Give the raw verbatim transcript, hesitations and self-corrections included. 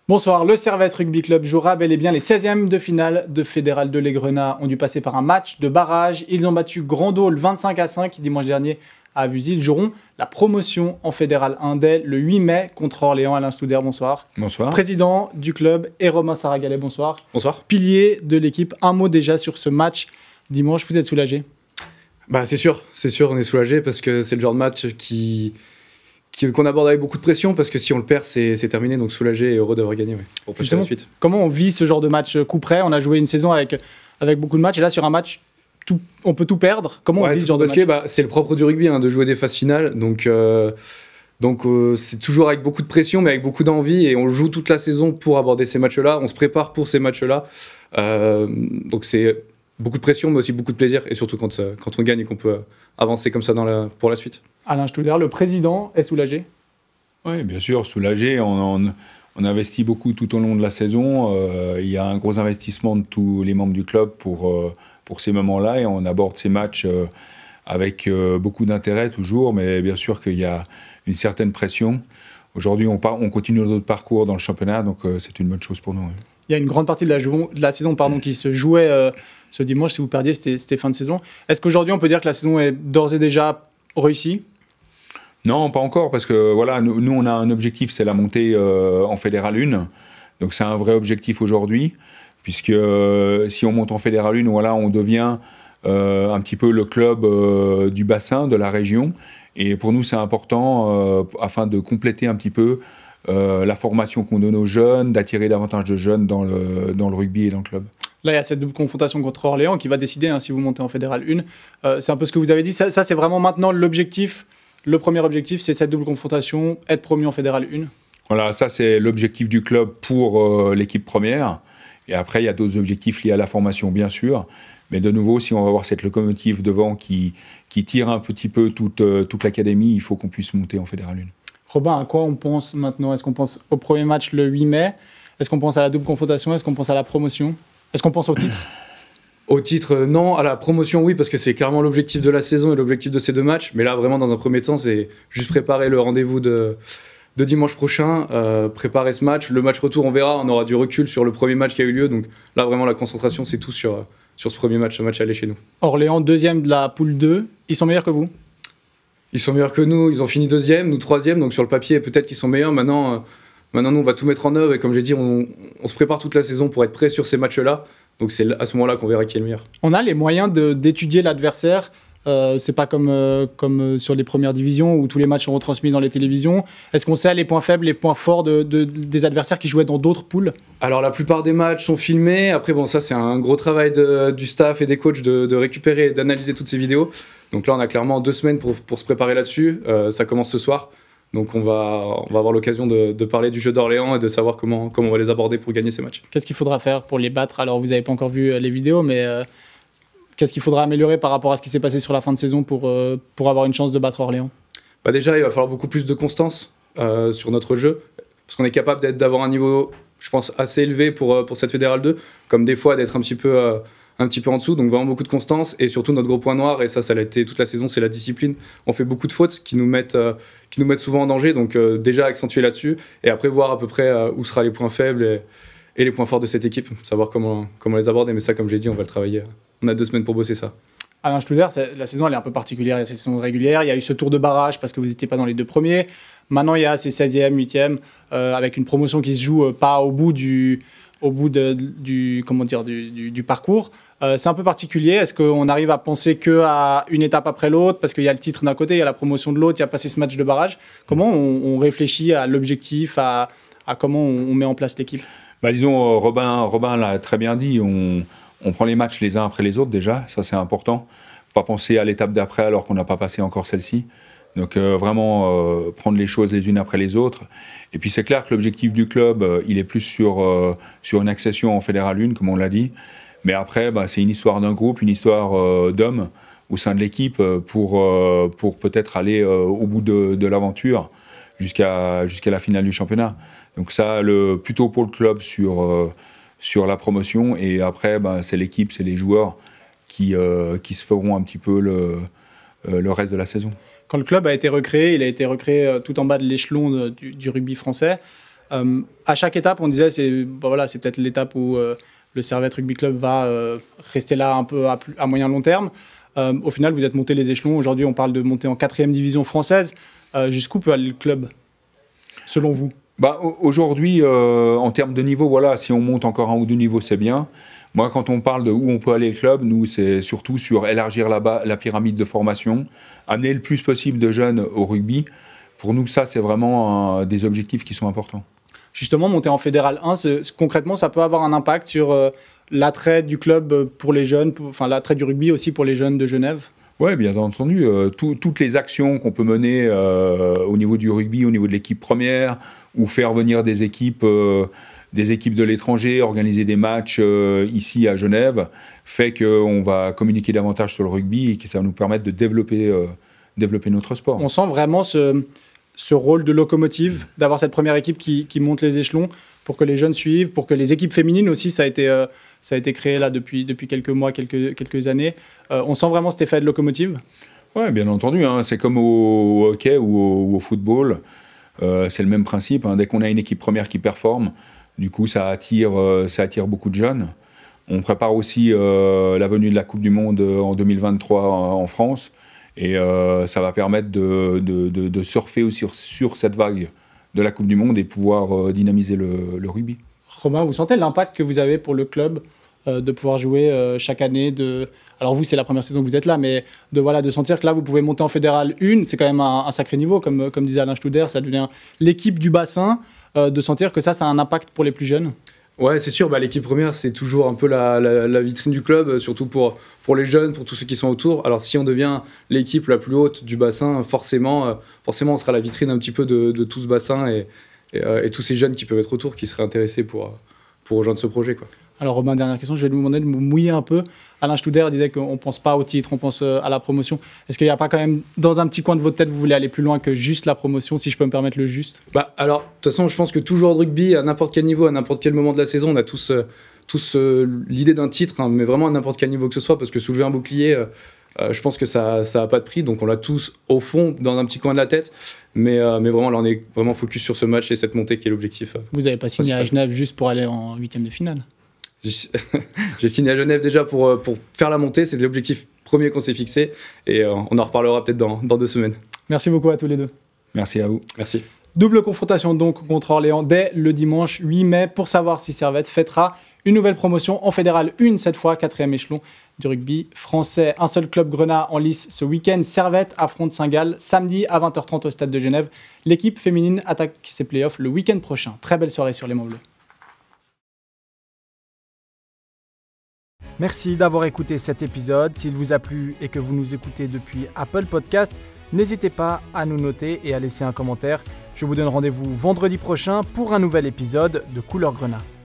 Bonsoir, le Servette Rugby Club jouera bel et bien les seizièmes de finale de Fédéral deux. Les Grenats ont dû passer par un match de barrage. Ils ont battu Grandol vingt-cinq à cinq dimanche dernier à Abuzy. Ils joueront la promotion en Fédéral un dès le huit mai contre Orléans. Alain Stouder, bonsoir. Bonsoir. Président du club, et Romain Saragalet, bonsoir. Bonsoir. Pilier de l'équipe, un mot déjà sur ce match dimanche. Vous êtes soulagé? Bah, c'est sûr, c'est sûr, on est soulagé parce que c'est le genre de match qui... qu'on aborde avec beaucoup de pression, parce que si on le perd, c'est, c'est terminé, donc soulagé et heureux d'avoir gagné, ouais, pour passer à la suite. Comment on vit ce genre de match coup près? On a joué une saison avec, avec beaucoup de matchs, et là, sur un match, tout, on peut tout perdre. Comment ouais, on vit ce genre de match? bah, C'est le propre du rugby, hein, de jouer des phases finales, donc, euh, donc euh, c'est toujours avec beaucoup de pression, mais avec beaucoup d'envie, et on joue toute la saison pour aborder ces matchs-là, on se prépare pour ces matchs-là, euh, donc c'est beaucoup de pression, mais aussi beaucoup de plaisir, et surtout quand, euh, quand on gagne et qu'on peut avancer comme ça dans la, pour la suite. Alain Stouder, le président est soulagé? Oui, bien sûr, soulagé. On, on, on investit beaucoup tout au long de la saison. Euh, il y a un gros investissement de tous les membres du club pour, euh, pour ces moments-là, et on aborde ces matchs euh, avec euh, beaucoup d'intérêt toujours, mais bien sûr qu'il y a une certaine pression. Aujourd'hui, on, part, on continue notre parcours dans le championnat, donc euh, c'est une bonne chose pour nous. Oui. Il y a une grande partie de la, jou- de la saison pardon, qui se jouait euh, ce dimanche. Si vous perdiez, c'était, c'était fin de saison. Est-ce qu'aujourd'hui, on peut dire que la saison est d'ores et déjà réussie? Non, pas encore, parce que voilà, nous, nous on a un objectif, c'est la montée euh, en Fédéral un. Donc c'est un vrai objectif aujourd'hui, puisque euh, si on monte en Fédéral un, voilà, on devient euh, un petit peu le club euh, du bassin, de la région. Et pour nous, c'est important, euh, afin de compléter un petit peu euh, la formation qu'on donne aux jeunes, d'attirer davantage de jeunes dans le, dans le rugby et dans le club. Là, il y a cette double confrontation contre Orléans qui va décider hein, si vous montez en Fédéral un. Euh, c'est un peu ce que vous avez dit. Ça, ça c'est vraiment maintenant l'objectif. Le premier objectif, c'est cette double confrontation, être promu en Fédéral un. Voilà, ça c'est l'objectif du club pour euh, l'équipe première. Et après, il y a d'autres objectifs liés à la formation, bien sûr. Mais de nouveau, si on va avoir cette locomotive devant qui, qui tire un petit peu toute, euh, toute l'académie, il faut qu'on puisse monter en Fédéral un. Robin, à quoi on pense maintenant? Est-ce qu'on pense au premier match le huit mai? Est-ce qu'on pense à la double confrontation? Est-ce qu'on pense à la promotion? Est-ce qu'on pense au titre? Au titre, euh, non. À la promotion, oui, parce que c'est clairement l'objectif de la saison et l'objectif de ces deux matchs. Mais là, vraiment, dans un premier temps, c'est juste préparer le rendez-vous de, de dimanche prochain, euh, préparer ce match. Le match retour, on verra, on aura du recul sur le premier match qui a eu lieu. Donc là, vraiment, la concentration, c'est tout sur, sur ce premier match, ce match aller chez nous. Orléans, deuxième de la poule deux. Ils sont meilleurs que vous? Ils sont meilleurs que nous. Ils ont fini deuxième, nous troisième. Donc sur le papier, peut-être qu'ils sont meilleurs. Maintenant, euh, maintenant, nous, on va tout mettre en œuvre. Et comme j'ai dit, on, on se prépare toute la saison pour être prêt sur ces matchs-là. Donc c'est à ce moment-là qu'on verra qui est le meilleur. On a les moyens de, d'étudier l'adversaire. Euh, c'est pas comme, euh, comme sur les premières divisions où tous les matchs sont retransmis dans les télévisions. Est-ce qu'on sait les points faibles, les points forts de, de, des adversaires qui jouaient dans d'autres poules? Alors la plupart des matchs sont filmés. Après bon, ça c'est un gros travail de, du staff et des coachs de, de récupérer et d'analyser toutes ces vidéos. Donc là on a clairement deux semaines pour, pour se préparer là-dessus. Euh, ça commence ce soir. Donc on va, on va avoir l'occasion de, de parler du jeu d'Orléans et de savoir comment, comment on va les aborder pour gagner ces matchs. Qu'est-ce qu'il faudra faire pour les battre? Alors vous n'avez pas encore vu les vidéos, mais euh, qu'est-ce qu'il faudra améliorer par rapport à ce qui s'est passé sur la fin de saison pour, euh, pour avoir une chance de battre Orléans? Bah déjà, il va falloir beaucoup plus de constance euh, sur notre jeu, parce qu'on est capable d'être, d'avoir un niveau, je pense, assez élevé pour, pour cette Fédérale deux, comme des fois d'être un petit peu... Euh, un petit peu en dessous, donc vraiment beaucoup de constance, et surtout notre gros point noir, et ça, ça l'a été toute la saison, c'est la discipline. On fait beaucoup de fautes qui nous mettent, euh, qui nous mettent souvent en danger, donc euh, déjà accentuer là-dessus, et après voir à peu près euh, où seront les points faibles et, et les points forts de cette équipe, savoir comment, comment les aborder, mais ça, comme j'ai dit, on va le travailler. On a deux semaines pour bosser ça. Alain Stouder, la saison elle est un peu particulière, il y a cette saison régulière, il y a eu ce tour de barrage parce que vous n'étiez pas dans les deux premiers, maintenant il y a ces seizième, huitième, euh, avec une promotion qui se joue euh, pas au bout du... au bout de, du, comment dire, du, du, du parcours. Euh, c'est un peu particulier. Est-ce qu'on arrive à penser qu'à une étape après l'autre? Parce qu'il y a le titre d'un côté, il y a la promotion de l'autre, il y a passé ce match de barrage. Comment on, on réfléchit à l'objectif, à, à comment on, on met en place l'équipe? Bah, disons, Robin, Robin l'a très bien dit, on, on prend les matchs les uns après les autres déjà, ça c'est important. Pas penser à l'étape d'après alors qu'on n'a pas passé encore celle-ci. Donc euh, vraiment euh, prendre les choses les unes après les autres. Et puis c'est clair que l'objectif du club, euh, il est plus sur, euh, sur une accession en Fédéral un, comme on l'a dit. Mais après, bah, c'est une histoire d'un groupe, une histoire euh, d'hommes au sein de l'équipe pour, euh, pour peut-être aller euh, au bout de, de l'aventure jusqu'à, jusqu'à la finale du championnat. Donc ça, le, plutôt pour le club sur, euh, sur la promotion. Et après, bah, c'est l'équipe, c'est les joueurs qui, euh, qui se feront un petit peu le, euh, le reste de la saison. Quand le club a été recréé, il a été recréé tout en bas de l'échelon de, du, du rugby français. Euh, à chaque étape, on disait c'est bon, voilà, c'est peut-être l'étape où euh, le Servette Rugby Club va euh, rester là un peu à, plus, à moyen long terme. Euh, au final, vous êtes monté les échelons. Aujourd'hui, on parle de monter en quatrième division française. Euh, jusqu'où peut aller le club, selon vous? Bah, aujourd'hui, euh, en termes de niveau, voilà, si on monte encore un ou deux niveaux, c'est bien. Moi, quand on parle de où on peut aller le club, nous, c'est surtout sur élargir la, la pyramide de formation, amener le plus possible de jeunes au rugby. Pour nous, ça, c'est vraiment un, des objectifs qui sont importants. Justement, monter en Fédéral un, c'est, c'est, concrètement, ça peut avoir un impact sur euh, l'attrait du club pour les jeunes, pour, enfin l'attrait du rugby aussi pour les jeunes de Genève? Oui, bien entendu. Euh, tout, toutes les actions qu'on peut mener euh, au niveau du rugby, au niveau de l'équipe première, ou faire venir des équipes, euh, des équipes de l'étranger, organiser des matchs euh, ici à Genève, fait qu'on va communiquer davantage sur le rugby et que ça va nous permettre de développer, euh, développer notre sport. On sent vraiment ce... ce rôle de locomotive, d'avoir cette première équipe qui, qui monte les échelons pour que les jeunes suivent, pour que les équipes féminines aussi, ça a été, euh, ça a été créé là depuis, depuis quelques mois, quelques, quelques années. Euh, on sent vraiment cet effet de locomotive? Oui, bien entendu. Hein, c'est comme au, au hockey ou au, ou au football. Euh, c'est le même principe. Hein, dès qu'on a une équipe première qui performe, du coup, ça attire, euh, ça attire beaucoup de jeunes. On prépare aussi euh, la venue de la Coupe du Monde en deux mille vingt-trois en, en France. Et euh, ça va permettre de, de, de, de surfer aussi sur, sur cette vague de la Coupe du Monde et pouvoir euh, dynamiser le, le rugby. Romain, vous sentez l'impact que vous avez pour le club euh, de pouvoir jouer euh, chaque année de... Alors vous, c'est la première saison que vous êtes là, mais de, voilà, de sentir que là, vous pouvez monter en Fédéral un, c'est quand même un, un sacré niveau, comme, comme disait Alain Studer, ça devient l'équipe du bassin, euh, de sentir que ça, ça a un impact pour les plus jeunes. Ouais, c'est sûr, bah, l'équipe première, c'est toujours un peu la, la, la vitrine du club, surtout pour, pour les jeunes, pour tous ceux qui sont autour. Alors si on devient l'équipe la plus haute du bassin, forcément, forcément on sera la vitrine un petit peu de, de tout ce bassin et, et, euh, et tous ces jeunes qui peuvent être autour, qui seraient intéressés pour, pour rejoindre ce projet, quoi. Alors Romain, dernière question, je vais vous demander de me mouiller un peu. Alain Studer disait qu'on ne pense pas au titre, on pense à la promotion. Est-ce qu'il n'y a pas quand même, dans un petit coin de votre tête, vous voulez aller plus loin que juste la promotion, si je peux me permettre le juste? Bah, alors, de toute façon, je pense que tout joueur de rugby, à n'importe quel niveau, à n'importe quel moment de la saison, on a tous, euh, tous euh, l'idée d'un titre, hein, mais vraiment à n'importe quel niveau que ce soit, parce que soulever un bouclier, euh, euh, je pense que ça n'a pas de prix, donc on l'a tous au fond, dans un petit coin de la tête. Mais, euh, mais vraiment, là, on est vraiment focus sur ce match et cette montée qui est l'objectif. Euh, vous n'avez pas signé à Genève juste pour aller en huitième de finale? J'ai signé à Genève déjà pour, pour faire la montée, c'est l'objectif premier qu'on s'est fixé et euh, on en reparlera peut-être dans, dans deux semaines. Merci beaucoup à tous les deux. Merci à vous. Merci. Double confrontation donc contre Orléans dès le dimanche huit mai pour savoir si Servette fêtera une nouvelle promotion en Fédéral un, cette fois quatrième échelon du rugby français. Un seul club grenat en lice ce week-end. Servette affronte Saint-Gall samedi à vingt heures trente au stade de Genève. L'équipe féminine attaque ses playoffs le week-end prochain. Très belle soirée sur les Monts Bleus. Merci d'avoir écouté cet épisode. S'il vous a plu et que vous nous écoutez depuis Apple Podcast, n'hésitez pas à nous noter et à laisser un commentaire. Je vous donne rendez-vous vendredi prochain pour un nouvel épisode de Couleur Grenat.